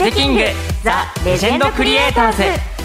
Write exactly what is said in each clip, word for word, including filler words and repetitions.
テキングザ・レジェンドクリエイターズ。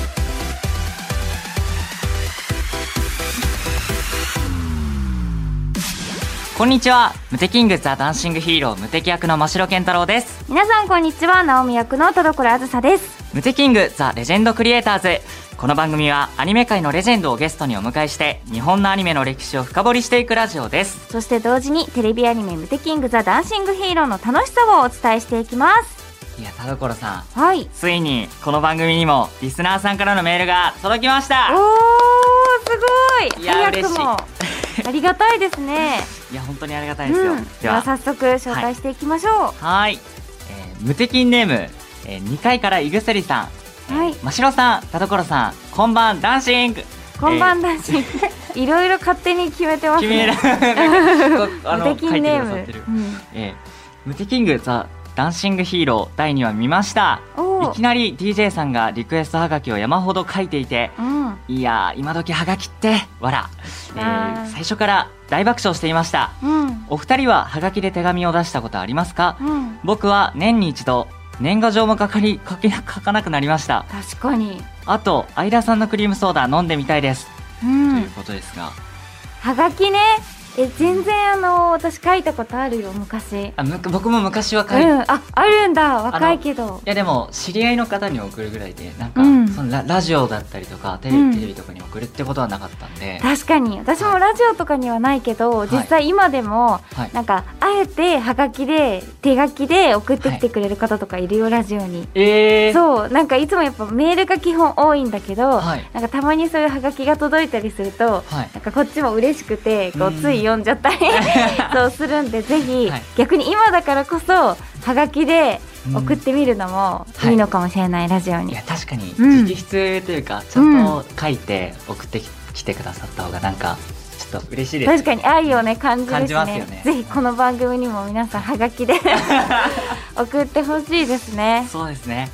こんにちは。ムテキングザ・ダンシングヒーロー無敵役の真城健太郎です。 皆さんこんにちは。直美役の田所あずさです。 ムテキングザ・レジェンドクリエイターズ。この番組はアニメ界のレジェンドをゲストにお迎えして日本のアニメの歴史を深掘りしていくラジオです。 そして同時にテレビアニメムテキングザ・ダンシングヒーローの楽しさをお伝えしていきます。 いや田所さん、 はい、 ついにこの番組にもリスナーさんからのメールが届きました。 おーすごい。 いや嬉しい。 ありがたいですね。 いや本当にありがたいですよ、うん、 では早速紹介していきましょう。はい、えー、ムテキンネーム、えー、にかいからいぐせりさん、はい、真城さん、田所さん、こんばんダンシング。 こんばんダンシング、えー、いろいろ勝手に決めてますね。 決めるあのムテキンネーム、 書いてくださってる、うんえー、ムテキングザ・ダンシングヒーローだいにわ見ました。いきなり ディージェー さんがリクエストはがきを山ほど書いていて、うん、いや今時はがきってわら、えー、最初から大爆笑していました、うん、お二人ははがきで手紙を出したことありますか？うん、僕は年に一度年賀状も書かり書き書かなくなりました。 確かに。 あと相田さんのクリームソーダ飲んでみたいです、うん、ということですが、 はがきね、え全然あの私書いたことあるよ昔。 あむ僕も昔は書いて、 うん、ああるんだ。若いけど。 いやでも知り合いの方に送るぐらいでなんか、うん、その ラ, ラジオだったりとかテレビ、うん、テレビとかに送るってことはなかったんで。 確かに私もラジオとかにはないけど、はい、実際今でも、はい、なんかあえてはがきで手書きで送ってきてくれる方とかいるよ、はい、ラジオに。 えー、 そうなんかいつもやっぱメールが基本多いんだけど、はい、なんかたまにそういうはがきが届いたりすると、はい、なんかこっちも嬉しくてこうつい読んじゃったりそうするんで、ぜひ、はい、逆に今だからこそはがきで送ってみるのもいいのかもしれない、はい、ラジオに。 いや確かに直筆というか、うん、ちゃんと書いて送ってきてくださった方がなんかちょっと嬉しいです、ね、 確かに愛をね感じるしね。 感じますよね。 ぜひこの番組にも皆さんはがきで送ってほしいですね。 そうですね。 うん。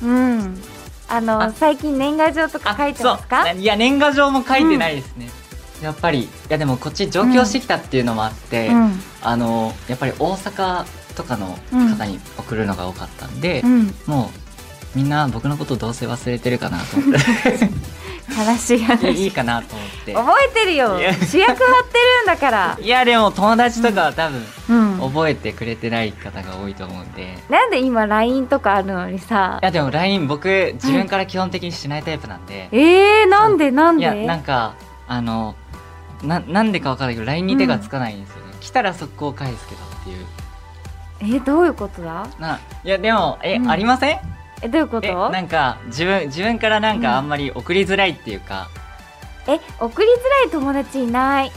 あのあ最近年賀状とか書いてますか？ いや年賀状も書いてないですね、うんやっぱりいやでもこっち上京してきたっていうのもあって、うん、あのやっぱり大阪とかの方に送るのが多かったんで、うん、もうみんな僕のことどうせ忘れてるかなと思って悲しい話。 いいかなと思って覚えてるよ、主役張ってるんだから。 いやでも友達とかは多分、うん、覚えてくれてない方が多いと思うんで。 なんで今 ライン とかあるのにさ。 いやでも ライン 僕自分から基本的にしないタイプなんで、 うん、えーなんでなんで。 いやなんかあのな, なんでか分からないけど ライン に手がつかないんですよね、うん、来たら速攻返すけどっていう。 えどういうことだ。 ないやでもえ、うん、ありません。 えどういうこと。えなんか自分自分からなんかあんまり送りづらいっていうか、 うん、え送りづらい友達いない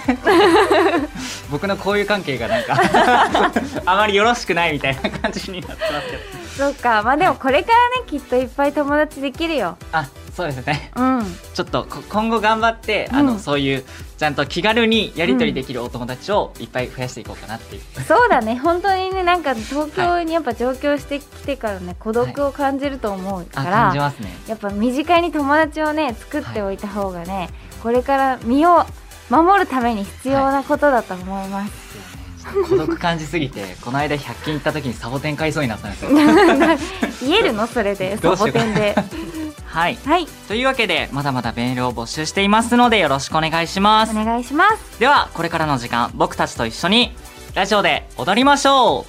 僕の交友関係がなんかあまりよろしくないみたいな感じになってますけど。 そうか、まあでもこれからねきっといっぱい友達できるよ。 あそうですね、うん、ちょっと今後頑張って、うん、あのそういうちゃんと気軽にやり取りできるお友達をいっぱい増やしていこうかなっていう、 うん、そうだね本当にねなんか東京にやっぱ上京してきてからね孤独を感じると思うから、はい、 感じますね。やっぱ身近に友達をね作っておいた方がね、はい、これから身を守るために必要なことだと思います、はい孤独感じすぎてこの間ひゃく均行った時にサボテン買いそうになったんですよ言えるのそれでサボテンではい、はい、というわけでまだまだメールを募集していますのでよろしくお願いします。 お願いします。 ではこれからの時間僕たちと一緒にラジオで踊りましょ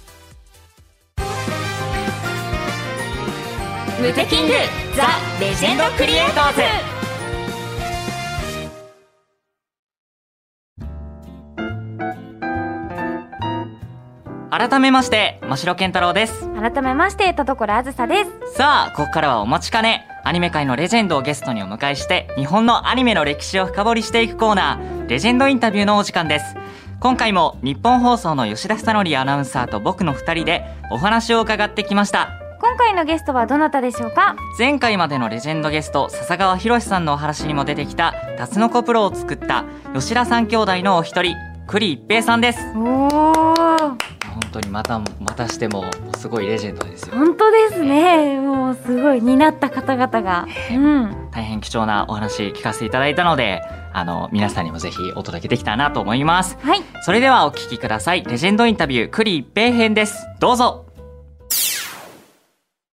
う。ムテキングザ・レジェンドクリエイターズ。 改めまして真城健太郎です。 改めまして田所あずさです。 さあここからはお待ちかねアニメ界のレジェンドをゲストにお迎えして日本のアニメの歴史を深掘りしていくコーナーレジェンドインタビューのお時間です。今回も日本放送の吉田久典アナウンサーと僕のふたりでお話を伺ってきました。 今回のゲストはどなたでしょうか。 前回までのレジェンドゲスト笹川博さんのお話にも出てきたタツノコプロを作った吉田三兄弟のお一人栗一平さんです。 おー本当にまたまたしてもすごいレジェンドですよ。 本当ですね、もうすごい担った方々が、うん、 大変貴重なお話聞かせていただいたのであの皆さんにもぜひお届けできたらなと思います、 はい、 それではお聞きください。レジェンドインタビュー栗一平編です。どうぞ。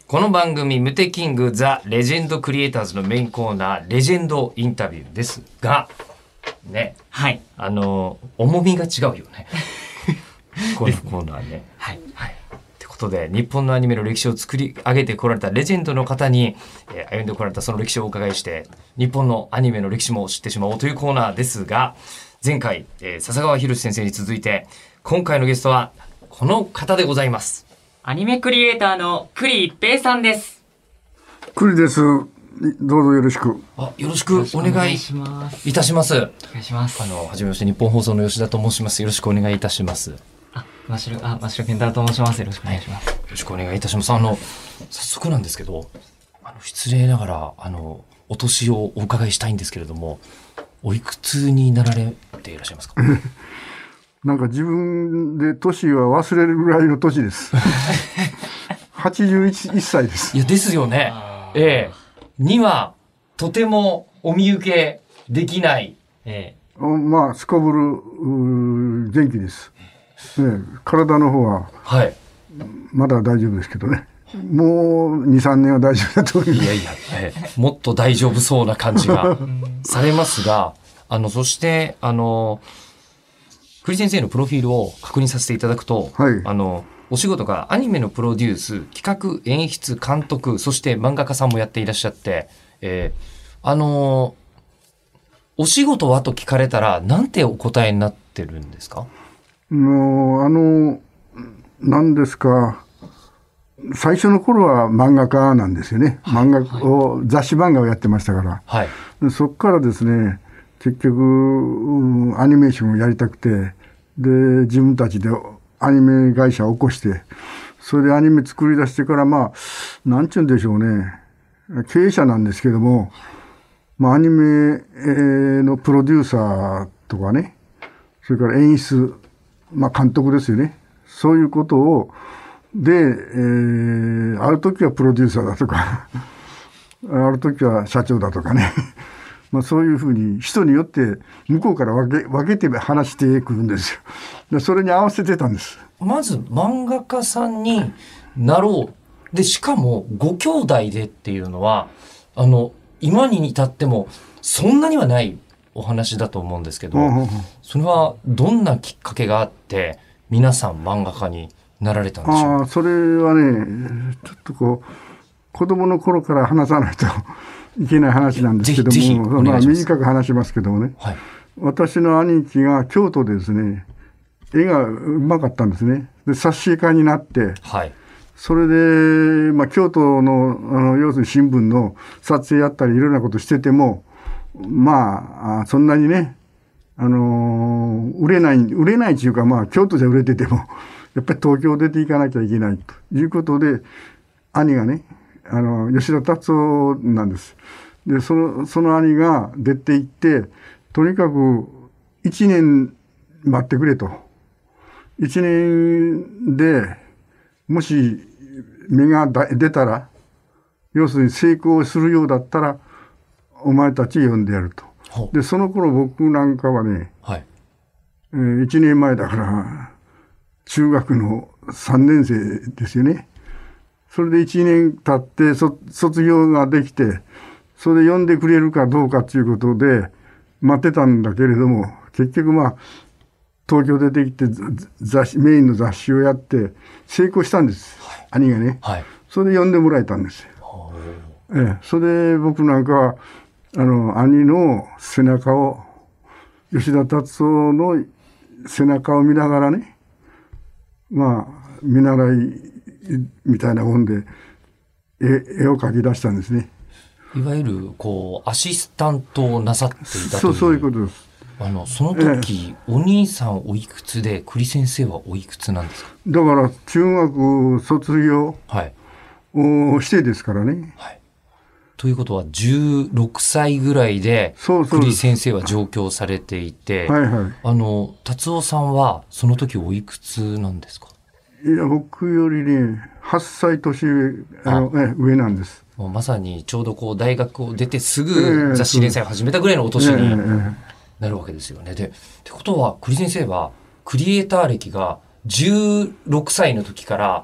この番組ムテキングザ・レジェンドクリエイターズのメインコーナーレジェンドインタビューですがね、 はい、 あの重みが違うよねこのコーナーね。はい、はい、ということで日本のアニメの歴史を作り上げてこられたレジェンドの方に、えー、歩んでこられたその歴史をお伺いして日本のアニメの歴史も知ってしまおうというコーナーですが、前回、えー、笹川博先生に続いて今回のゲストはこの方でございます。 アニメクリエイターの栗一平さんです。 栗です。どうぞよろしく。 あ、よろしくお願いいたします。お願いします。 あの、はじめまして、日本放送の吉田と申します。よろしくお願いいたします。 あ、真城、あ、真城健太郎と申します。よろしくお願いします。よろしくお願いいたします。あの、早速なんですけど、あの、失礼ながら、あの、お年をお伺いしたいんですけれども、おいくつになられていらっしゃいますか？ なんか自分で年は忘れるぐらいの年です。はちじゅういっさいです。 いや、ですよね。ええ。には、とてもお見受けできない。 ええ。まあ、すこぶる、元気です。ね、体の方は、はい。まだ大丈夫ですけどね。もうに、さんねんは大丈夫だと思います。 いやいや、ええ、もっと大丈夫そうな感じがされますが、あの、そして、あの、栗先生のプロフィールを確認させていただくと、はい、あのお仕事がアニメのプロデュース、企画、演出、監督、そして漫画家さんもやっていらっしゃって、えー、あのお仕事はと聞かれたらなんてお答えになってるんですか？ もうあの何ですか、最初の頃は漫画家なんですよね。漫画を、はい、雑誌漫画をやってましたから、はい、そこからですね、結局、うん、アニメーションをやりたくて、で自分たちでアニメ会社を起こして、それでアニメ作り出してから、まあなんて言うんでしょうね、経営者なんですけども、まあ、アニメのプロデューサーとかね、それから演出、まあ、監督ですよね、そういうことをで、えー、ある時はプロデューサーだとかある時は社長だとかねまあそういうふうに人によって向こうから分け、分けて話してくるんですよ。でそれに合わせてたんです。 まず漫画家さんになろう。で、しかもご兄弟でっていうのは、あの、今に至ってもそんなにはないお話だと思うんですけど、うんうんうん、それはどんなきっかけがあって皆さん漫画家になられたんでしょうか？ あ、それはね、ちょっとこう、子供の頃から話さないといけない話なんですけども、まあ、短く話しますけどもね、はい、私の兄貴が京都でですね、絵がうまかったんですね。で冊子家になって、はい、それで、まあ、京都 の, あの要するに新聞の撮影やったりいろんなことしてても、まあそんなにね、あのー、売れない売れないっていうか、まあ京都じゃ売れててもやっぱり東京出ていかなきゃいけないということで、兄がね、あの吉田達夫なんです。でそのその兄が出て行って、とにかくいちねん待ってくれと。いちねんでもし芽が出たら、要するに成功するようだったらお前たち呼んでやると。でその頃僕なんかはね、はい、えー、いちねんまえだから中学のさんねん生ですよね。それでいちねん経って卒業ができて、それで呼んでくれるかどうかということで待ってたんだけれども、結局まあ東京出てきて雑誌メインの雑誌をやって成功したんです、はい、兄がね、はい、それで呼んでもらえたんですよ、ええ、それで僕なんかはあの兄の背中を、吉田達夫の背中を見ながらね、まあ見習いみたいなもんで 絵, 絵を描き出したんですね。 いわゆるこうアシスタントをなさっていたという。 そう、そういうことです。 あのその時、ええ、お兄さんおいくつで、栗先生はおいくつなんですか？ だから中学卒業をしてですからね、はい、 ということはじゅうろくさいぐらいで栗先生は上京されていて、はいはい、あの達夫さんはその時おいくつなんですか？ いや、僕よりねはっさい年上、あの、え上なんです。 もうまさにちょうどこう大学を出てすぐ雑誌連載を始めたぐらいのお年になるわけですよね。で、ってことは栗先生はクリエイター歴がじゅうろくさいの時から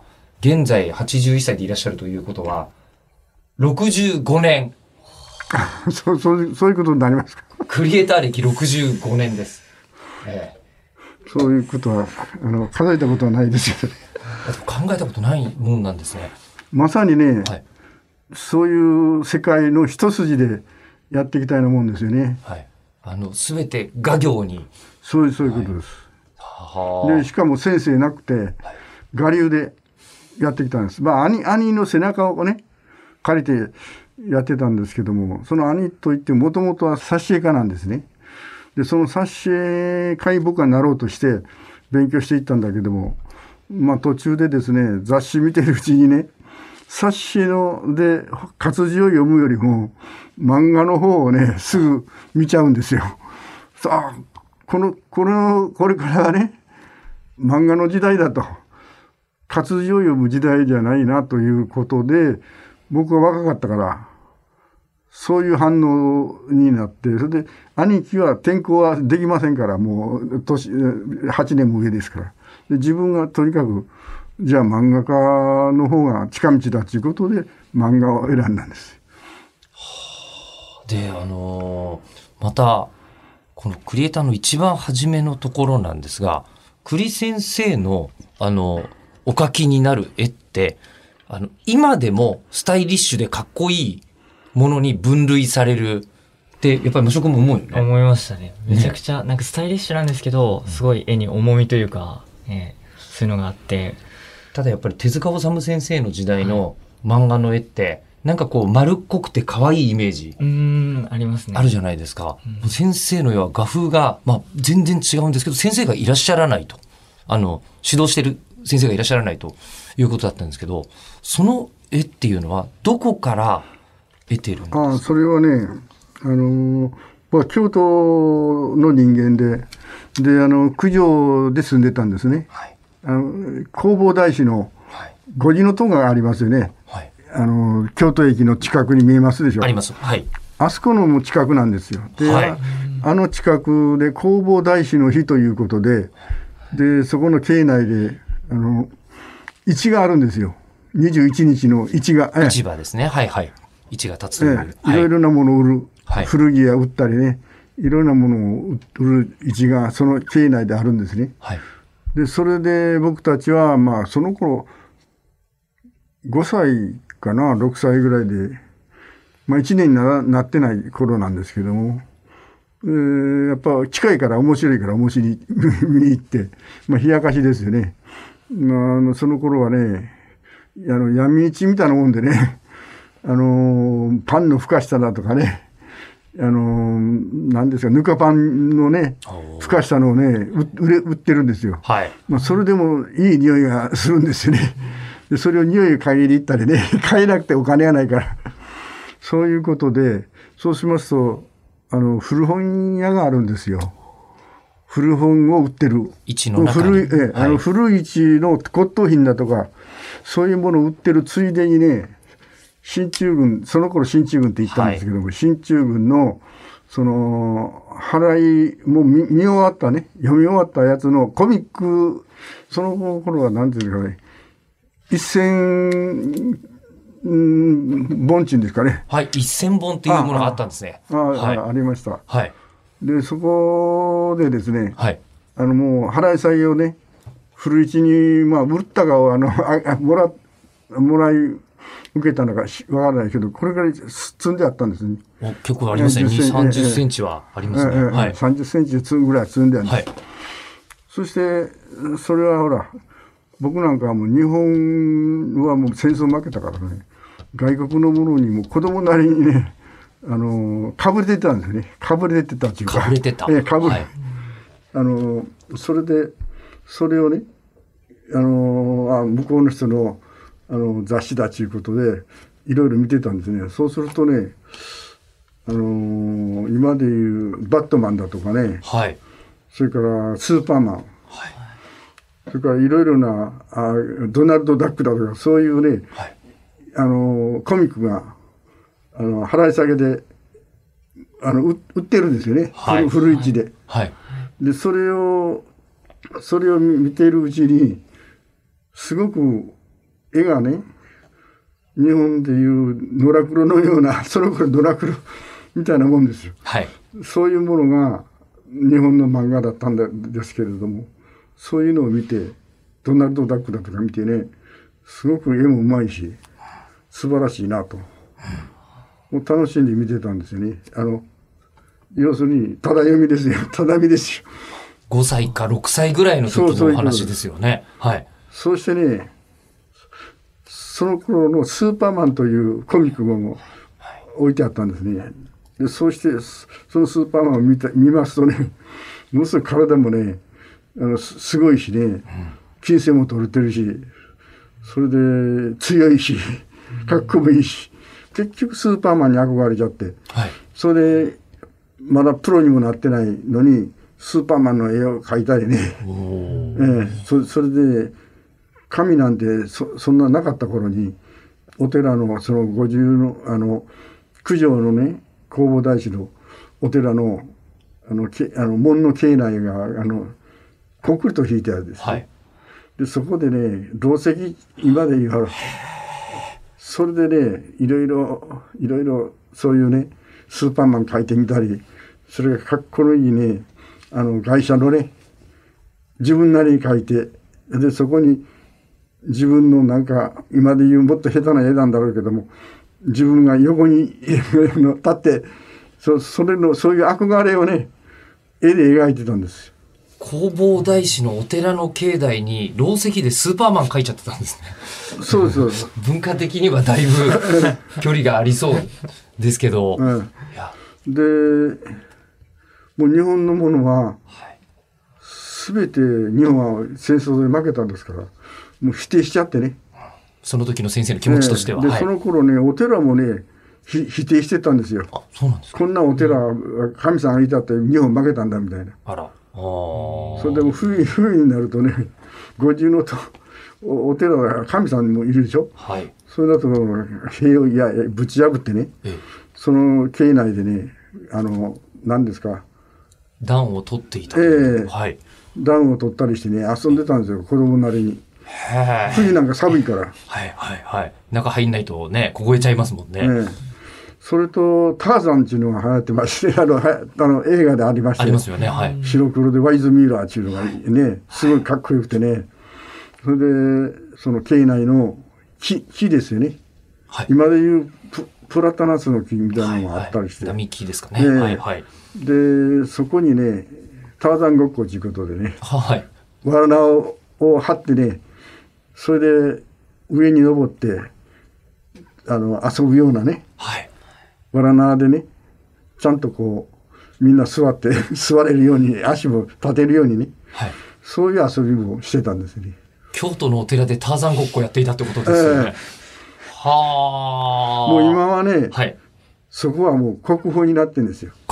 現在はちじゅういっさいでいらっしゃるということは、ろくじゅうごねん。そう、そう、そういうことになりますか。 クリエイター歴ろくじゅうごねんです。ええ、 そういうことは、あの、数えたことはないですよね。 考えたことないもんなんですね。 まさにね、 はい、 そういう世界の一筋でやっていきたいなもんですよね。 はい。あの、すべて画業に。 そういう、そういうことです。はい、で、しかも先生なくて、はい、我流でやってきたんです。まあ、兄、兄の背中をね、借りてやってたんですけども、その兄といってもともとは挿絵家なんですね。で、その挿絵家に僕はなろうとして勉強していったんだけども、まあ途中でですね、雑誌見てるうちにね、冊子ので活字を読むよりも漫画の方をね、すぐ見ちゃうんですよ。さあ、この、この、これからはね、漫画の時代だと。活字を読む時代じゃないなということで、僕は若かったから、そういう反応になって、それで兄貴は転校はできませんから、もう年はちねんも上ですから。で自分がとにかく、じゃあ漫画家の方が近道だということで漫画を選んだんです。 で、あのー、また、このクリエイターの一番初めのところなんですが、栗先生の、あの、お描きになる絵って、あの、今でもスタイリッシュでかっこいいものに分類されるって、やっぱり無職も思うよね。 思いましたね。めちゃくちゃ、ね、なんかスタイリッシュなんですけど、すごい絵に重みというか、えー、そういうのがあって。 ただやっぱり手塚治虫先生の時代の漫画の絵って、はい、なんかこう丸っこくて可愛いイメージ。 うーん、ありますね。 あるじゃないですか。うん、先生の絵は画風が、まあ全然違うんですけど、先生がいらっしゃらないと。あの、指導してる先生がいらっしゃらないということだったんですけど、その絵っていうのはどこから得てるんですか？ ああ、それはね、あのー、京都の人間で、で、あの、九条で住んでたんですね。はい、あの弘法大師の五重塔がありますよね。はい、あの、京都駅の近くに見えますでしょ。 あります。はい。 あそこのも近くなんですよ。で、はい、あの近くで弘法大師の日ということで、で、そこの境内で、あの、市があるんですよ。にじゅういちにちの市が。 市場ですね。はいはい。市が立つという、 ええ、いろいろなものを売る、はい、古着屋売ったりね、いろんなものを売る市がその境内であるんですね。はい、で、それで僕たちは、まあ、その頃、ごさいかな、ろくさいぐらいで、まあ、いちねんに な, なってない頃なんですけども、えー、やっぱ近いから面白いから面白い見に行って、まあ、冷やかしですよね。まあ、あのその頃はね、あの闇市みたいなもんでね、あのー、パンのふかしただとかね、あのー、なんですか、ぬかパンのね、ふかしたのをね、売れ売ってるんですよ。はい。まあ、それでもいい匂いがするんですよね。で、それを匂いを嗅ぎに行ったりね、買えなくてお金がないから。そういうことで、そうしますと、あの、古本屋があるんですよ。古本を売ってる。 市の中に。 古い、え、はい、あの、古い市の骨董品だとか、そういうものを売ってるついでにね、進駐軍、その頃進駐軍って言ったんですけども、はい、進駐軍の、その、払い、もう 見, 見終わったね、読み終わったやつのコミック、その頃は何ていうんですかね、一千、うん、本賃ですかね。 はい、一千本っていうものがあったんですね。 ああ、はい、ありました。 はい。 で、そこでですね、はい、あの、もう、払い下げをね、古市に、まあ、売ったかを、あの、あもら、もらい、受けたのかわからないけど、これから積んであったんですね。 結構ありますね。にじゅう、さんじゅっセンチはありますね。ええはい、 さんじゅっセンチぐらい積んであるんです。はい、そして、それはほら、僕なんかはもう日本はもう戦争負けたからね、外国のものにも子供なりにね、あの、かぶれてたんですよね。かぶれてたっていうか。 かぶれてた。 ええ、かぶれ、はい、あの、それで、それをね、あの、あ向こうの人の、あの、雑誌だということで、いろいろ見てたんですね。そうするとね、あの、今でいうバットマンだとかね、はい、それからスーパーマン、はい、それからいろいろなあドナルド・ダックだとかそういうね、はい、あのコミックがあの払い下げであの売ってるんですよね、はい、古市で、はい、でそれをそれを見ているうちにすごく絵がね、日本でいうノラクロのような、その頃ノラクロみたいなもんですよ。 はい、 そういうものが日本の漫画だったんですけれども、そういうのを見て、ドナルド・ダックだとか見てね、すごく絵もうまいし、素晴らしいなと。もう楽しんで見てたんですよね。あの、要するに、ただ読みですよ。ただ見ですよ。 ごさいかろくさいぐらいの時のお話ですよね。はい。 そうしてね、その頃のスーパーマンというコミックも置いてあったんですね。でそうしてそのスーパーマンを見た見ますとね、ものすごい体もね、あの す, すごいしね、金星も取れてるし、それで強いし、かっこもいいし、結局スーパーマンに憧れちゃって、 はい、 それでまだプロにもなってないのにスーパーマンの絵を描いたりね、えー、そ, それで神なんて そ, そんななかった頃にお寺のその五重のあの九条のね弘法大師のお寺のあのけあの門の境内があのコンクリート引いてあるんです、ね、はい、でそこでねろう石今で言うそれでねいろいろいろいろそういうねスーパーマン描いてみたり、それがかっこいいねあの外車のね自分なりに描いて、でそこに自分のなんか今で言うもっと下手な絵なんだろうけども、自分が横に立って そ, それのそういう憧れをね絵で描いてたんですよ。 弘法大師のお寺の境内にろう石でスーパーマン描いちゃってたんですね。 そうそうそう文化的にはだいぶ距離がありそうですけど、うん、 いやでもう日本のものは全て日本は戦争で負けたんですから、もう否定しちゃってね、 その時の先生の気持ちとしては、 ね、で、はい、その頃ねお寺もね否定してたんですよ。 あ、そうなんですか。 こんなお寺、うん、神さんがいたって日本負けたんだみたいな。あら、あそれでも冬冬になるとね五重のと お, お寺は神さんもいるでしょ、はい、それだと塀をいやぶち破ってね、ええ、その境内でねあの何ですか暖を取っていた、 ええ、はい、暖を取ったりしてね遊んでたんですよ、子供なりに。冬なんか寒いからはいはいはい、中入んないとね凍えちゃいますもんね、ええ、 それとターザンっていうのが流行ってましてあのあの映画でありまして、 ありますよね、はい、 白黒でワイズ・ミラーっていうのがねすごいかっこよくてね、それでその境内の 木, 木ですよね、はい、今でいうプ, プラタナスの木みたいなのがあったりして、 はいはい、並木ですかね、はいはい、 でそこにねターザンごっこということでね、 はい、 罠をを張ってね、それで上に登ってあの遊ぶようなね、はい、わら縄でねちゃんとこうみんな座って座れるように足も立てるようにね、はい、そういう遊びもしてたんですね。 京都のお寺でターザンごっこやっていたってことですよね、えー、はあ。 もう今はね、はい、そこはもう国宝になってるんですよ、うん、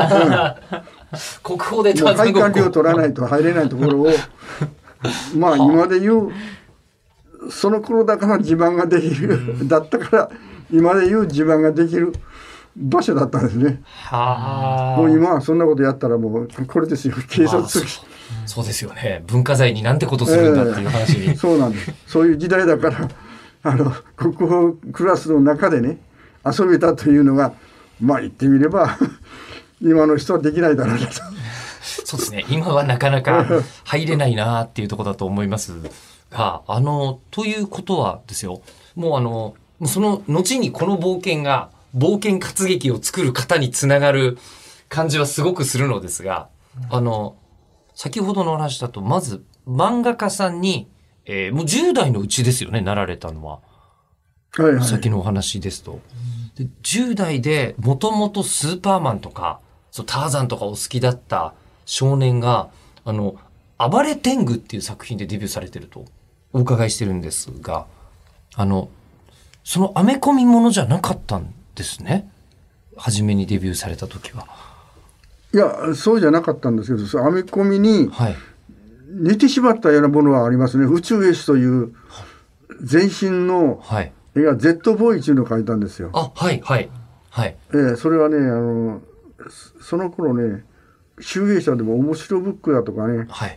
国宝でターザンごっこ、 配管料取らないと入れないところをまあ今で言うその頃だから地盤ができるだったから今で言う地盤ができる場所だったんですね。はもう今はそんなことやったらもうこれですよ、警察、まあ、そ, そうですよね、文化財になんてことするんだっていう話に、えー、 そうなんです。そういう時代だからあの国宝クラスの中でね遊べたというのがまあ言ってみれば今の人はできないだろうなと。 そうですね、今はなかなか入れないなっていうところだと思いますが、あのということはですよ、もうあのその後にこの冒険が冒険活劇を作る方につながる感じはすごくするのですが、あの先ほどの話だとまず漫画家さんに、えー、もうじゅう代のうちですよね、なられたのは、はいはい、先のお話ですと、でじゅう代でもともとスーパーマンとかそうターザンとかお好きだった少年があの暴れ天狗っていう作品でデビューされてるとお伺いしてるんですが、あのそのアメコミものじゃなかったんですね、初めにデビューされた時は。 いやそうじゃなかったんですけど、アメコミに似てしまったようなものはありますね。宇宙 S という全身の絵が Z ボーイっていうのを描いたんですよ。 あ、はいはいはい。 えー、それはねあのその頃ね集英社でも面白ブックだとかね、はい、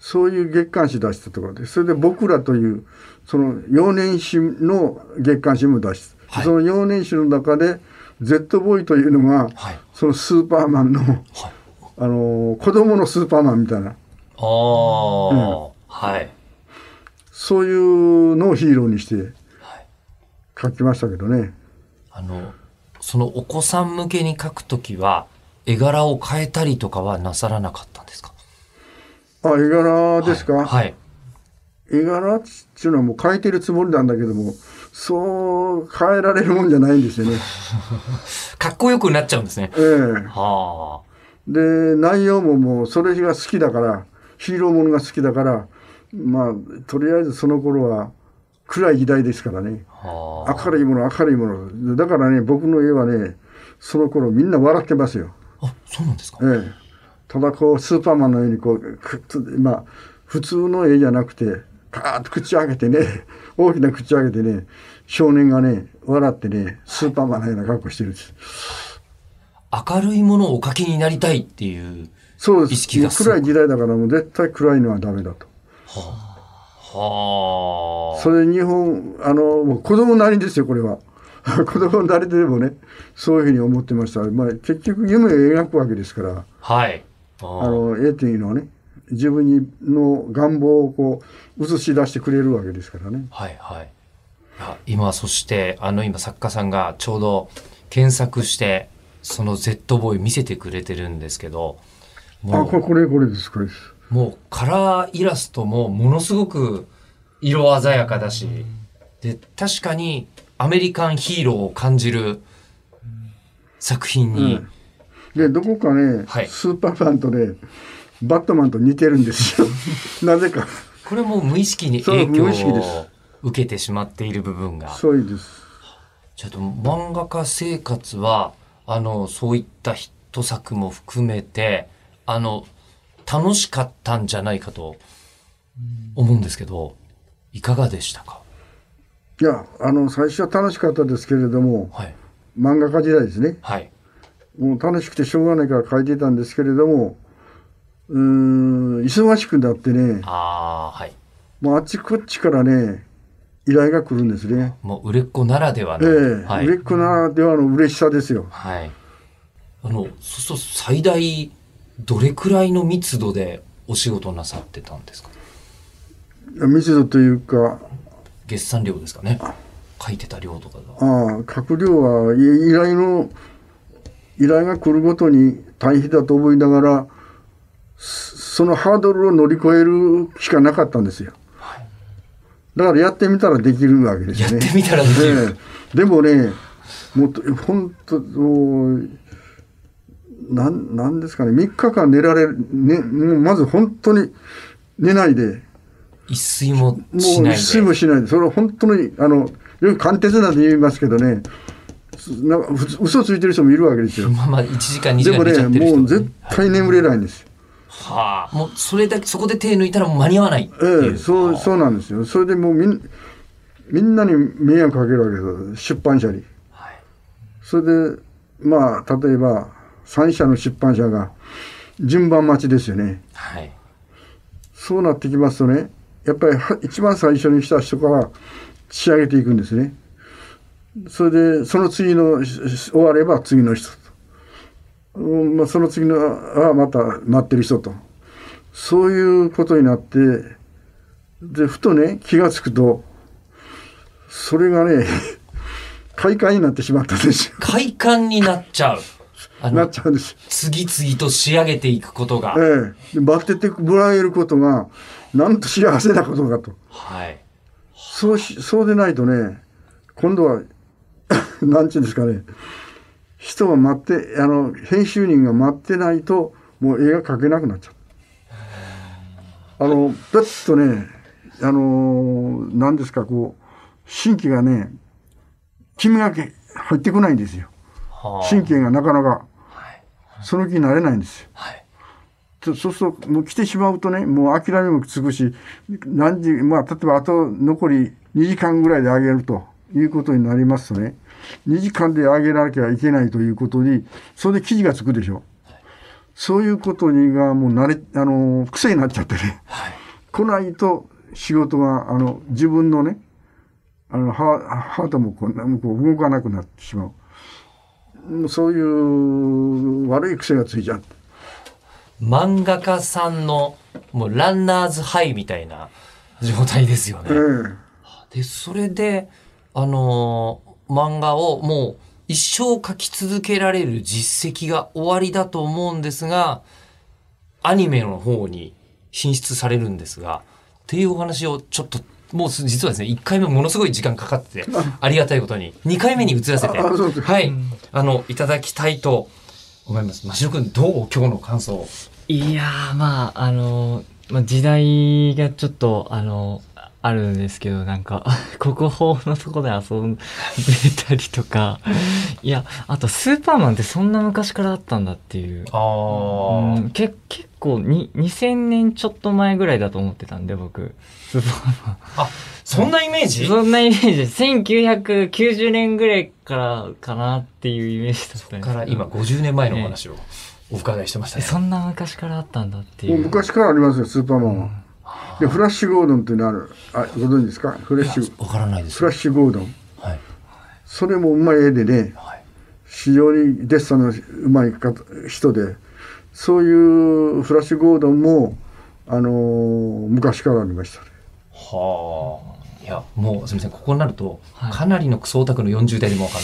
そういう月刊誌出したところで、それで僕らというその幼年誌の月刊誌も出して、はい、その幼年誌の中で Z ボーイというのが、はい、そのスーパーマンの、はい、あの子供のスーパーマンみたいな、あ、 うん、はい、 そういうのをヒーローにして書きましたけどね。 あのそのお子さん向けに書くときは絵柄を変えたりとかはなさらなかったんですか？ あ、絵柄ですか？ はい、はい、 絵柄っていうのはもう変えてるつもりなんだけども、そう変えられるもんじゃないんですよね。 かっこよくなっちゃうんですね。 ええ、はあ、で内容ももうそれが好きだから、ヒーローものが好きだから、まあとりあえずその頃は暗い時代ですからね、はあ、明るいもの明るいものだからね、僕の絵はねその頃みんな笑ってますよ。 あ、そうなんですか？ ええ、ただこうスーパーマンのようにこうくまあ普通の絵じゃなくてカーッと口を開けてね、大きな口を開けてね、少年がね笑ってね、スーパーマンのような格好してるんです。 明るいものをお描きになりたいっていう意識がすごく。 そうです。暗い時代だからもう絶対暗いのはダメだと。 はあ、はあ、 それ日本あのもう子供なりですよこれは。子供なりでもねそういうふうに思ってました。まあ結局夢を描くわけですから。 はい。 あの絵というのはね、自分にの願望をこう映し出してくれるわけですからね。 はいはい。いや今そしてあの今作家さんがちょうど検索してその Z ボーイ見せてくれてるんですけど、 もうあこれこれこれですこれです。 もうカラーイラストもものすごく色鮮やかだし、で確かにアメリカンヒーローを感じる作品に。うんでどこかね、はい、スーパーマンとねバットマンと似てるんですよ。なぜかこれも無意識に影響を受けてしまっている部分が。 そうです。 ちょっと漫画家生活はあのそういったヒット作も含めてあの楽しかったんじゃないかと思うんですけど、いかがでしたか？ いやあの最初は楽しかったですけれども、はい、漫画家時代ですね、はい、もう楽しくてしょうがないから書いてたんですけれども、うーん忙しくなってね、 あ、はい、 もうあっちこっちからね依頼が来るんですね。 もう売れっ子ならではの、 ええ、はい、売れっ子ならではの嬉しさですよ。 はい、あのそうすると最大どれくらいの密度でお仕事なさってたんですか？ 密度というか月産量ですかね。書いてた量とかだ。 ああ、書く量は依頼の依頼が来るごとに大変だと思いながらそのハードルを乗り越えるしかなかったんですよ。はい、だからやってみたらできるわけですね。 やってみたらできる。 ね、でもね、もう本当もうなんなんですかね、みっかかん寝られる、ね、もうまず本当に寝ないで。 一睡もしないで。もう一睡もしないで。それは本当にあのよく貫徹なんて言いますけどね。なんか嘘ついてる人もいるわけですよ。 まあまあいちじかんにじかん寝ちゃってる人、ね、 でもねもう絶対眠れないんですよ。 はあ、もうそれだけそこで手抜いたらもう間に合わないっていう。 ええ、そうそうなんですよ。それでもうみんみんなに迷惑かけるわけです、出版社に。はい、それでまあ例えばさん社の出版社が順番待ちですよね。はい、そうなってきますとね、やっぱり一番最初に来た人から仕上げていくんですね。それでその次の終われば次の人と、まあ、その次のはまた待ってる人と、そういうことになって、でふとね気がつくとそれがね快感になってしまったんですよ。 快感になっちゃう。 なっちゃうんです。 次々と仕上げていくことが、 ええ、で待っててもらえることがなんと幸せなことかと。はい、そうしそうでないとね、今度はなんていうんですかね、人が待ってあの編集人が待ってないともう絵が描けなくなっちゃう。あのだっとね、あの何ですか、こう神経がね君が入ってこないんですよ。神経がなかなかその気になれないんですよ。はい、そうするともう来てしまうとね、もう諦めもつくし、何時、まあ例えばあと残りにじかんぐらいで上げるということになりますとね、にじかんで上げなきゃいけないということに、それで記事がつくでしょ。はい、そういうことにがもう慣れ、あの癖になっちゃってね。はい、 来ないと仕事があの自分のねあのハートもこうこう動かなくなってしまう、そういう悪い癖がついちゃう。 漫画家さんのもうランナーズハイみたいな状態ですよね。えー、でそれであのー、漫画をもう一生描き続けられる実績が終わりだと思うんですが、アニメの方に進出されるんですがっていうお話をちょっともう実はですねいっかいめものすごい時間かかってありがたいことににかいめに移らせてはいあのいただきたいと思います。真城君どう今日の感想。 いやーまああのまあ、時代がちょっとあのあるんですけどなんか国宝のとこで遊んでたりとかいやあとスーパーマンってそんな昔からあったんだっていうあ、うん、け結構ににせんねんちょっと前ぐらいだと思ってたんで僕スーパーマンあそんなイメージそんなイメージせんきゅうひゃくきゅうじゅうねんぐらいからかなっていうイメージだったんですけど、 そこから今ごじゅうねんまえのお話を、ねお伺いしてましたね。 そんな昔からあったんだっていう。 昔からありますよスーパーマンは。うん、でフラッシュゴードンっていうのあるあご存知ですか。フラッシュわからないです。 フラッシュゴードン。はい。それもうまい絵でね、はい、非常にデッサンのうまい人で、そういうフラッシュゴードンもあのー、昔からありましたね。 はあ。いやもうすみませんここになると、はい、かなりのクソオタクのよんじゅう代でもわかんない。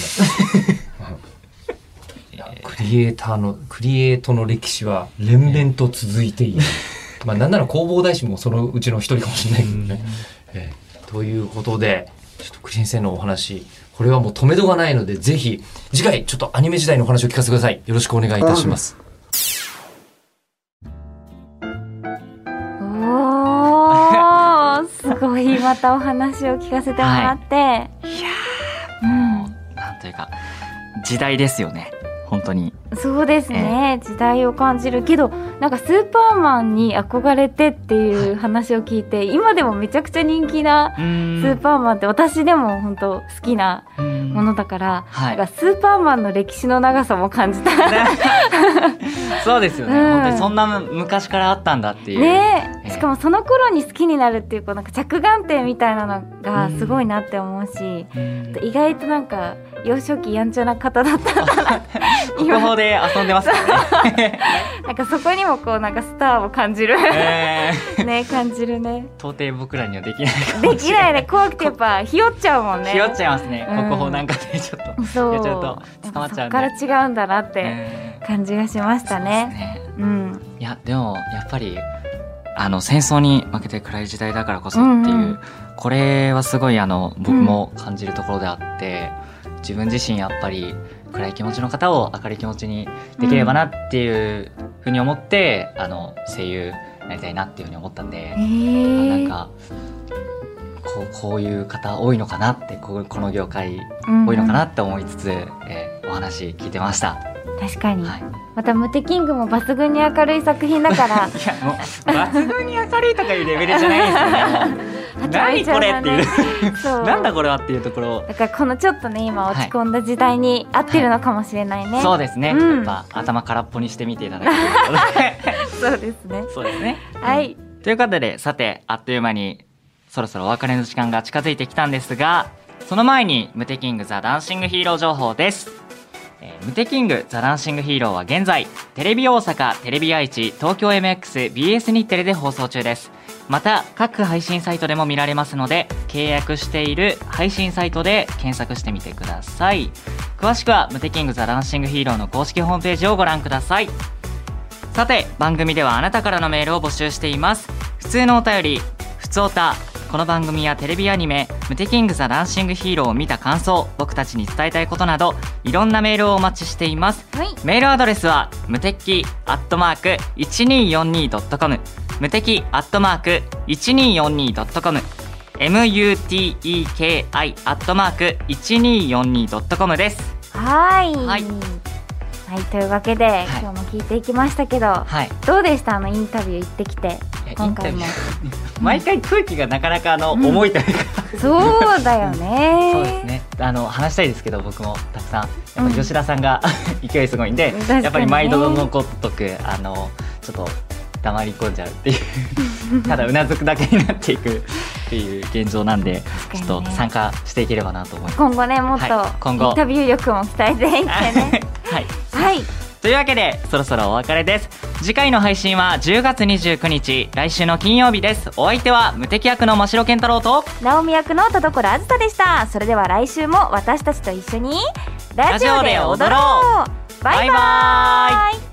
クリエイターのクリエイトの歴史は連綿と続いている、えー、まあなんなら弘法大師もそのうちの一人かもしれないけどね、えー、ということでちょっと栗先生のお話これはもう止めどがないのでぜひ次回ちょっとアニメ時代のお話を聞かせてください。よろしくお願いいたします。 おーすごいまたお話を聞かせてもらって、はい、いやーもうなんというか時代ですよね本当に。 そうですね、えー、時代を感じるけどなんかスーパーマンに憧れてっていう話を聞いて、はい、今でもめちゃくちゃ人気なスーパーマンって私でも本当好きなものだから、はい、なんかスーパーマンの歴史の長さも感じたそうですよね、うん、本当にそんな昔からあったんだっていう、 ねえー、しかもその頃に好きになるっていう、こうなんか着眼点みたいなのがすごいなって思うし、うん、意外となんか幼少期やんちゃな方だったんだな国宝で遊んでますからねなんかそこにもこうなんかスターを感じる、えー、ね感じるね。 到底僕らにはできないかもしれない。 できないね、怖くてやっぱひよっちゃうもんね。 ひよっちゃいますね、うん、国宝なんかでちょっとそうやっちゃうと捕まっちゃうんで、 そこから違うんだなって感じがしましたね、えー、うね、うん、 いやでもやっぱりあの戦争に負けて暗い時代だからこそっていう、うんうん、これはすごいあの僕も感じるところであって、うん、自分自身やっぱり暗い気持ちの方を明るい気持ちにできればなっていうふうに思って、うん、あの声優になりたいなっていうふうに思ったんで、えー、なんかこう、こういう方多いのかなって、ここの業界多いのかなって思いつつ、うんうん、えー、お話聞いてました。 確かに、はい、またムテキングも抜群に明るい作品だからいやもう抜群に明るいとかいうレベルじゃないですよね何これっていうなんだこれはっていうところだからこのちょっとね今落ち込んだ時代に合ってるのかもしれないね、はいはい、 そうですね、うん、やっぱ頭空っぽにしてみていただけるということでそうですねそうですね、 はい、 うん、ということでさてあっという間にそろそろお別れの時間が近づいてきたんですが、その前にムテキングザ・ダンシングヒーロー情報です。えー、ムテキングザ・ダンシングヒーローは現在テレビ大阪、テレビ愛知、東京 エムエックス、ビーエス 日テレで放送中です。また各配信サイトでも見られますので、契約している配信サイトで検索してみてください。詳しくはムテキングザ・ダンシングヒーローの公式ホームページをご覧ください。さて番組ではあなたからのメールを募集しています。普通のお便り、ふつおた、この番組やテレビアニメムテキングザ・ダンシングヒーローを見た感想、僕たちに伝えたいことなどいろんなメールをお待ちしています、はい、メールアドレスはムテキアットマーク いちにーよんにードットコム ムテキアットマーク いちにーよんにードットコム ムテキアットマーク いちにーよんにードットコム です。 はい、 はいはい、というわけで、はい、今日も聞いていきましたけど、はい、どうでした？あのインタビュー行ってきて今回も毎回空気がなかなかあの、うん、重いというかそうだよねそうですね、あの話したいですけど僕もたくさんやっぱ吉田さんが、うん、勢いすごいんで、やっぱり毎度のごとくあのちょっと黙り込んじゃうっていうただうなずくだけになっていくっていう現状なんで、ね、ちょっと参加していければなと思います。 今後ねもっと、はい、今後インタビュー力も鍛えていってねはい、 はい、 というわけでそろそろお別れです。次回の配信はじゅうがつにじゅうくにち、来週の金曜日です。お相手は無敵役の真城健太郎と直美役の田所あずさでした。それでは来週も私たちと一緒にラジオで踊ろう。バイバイ。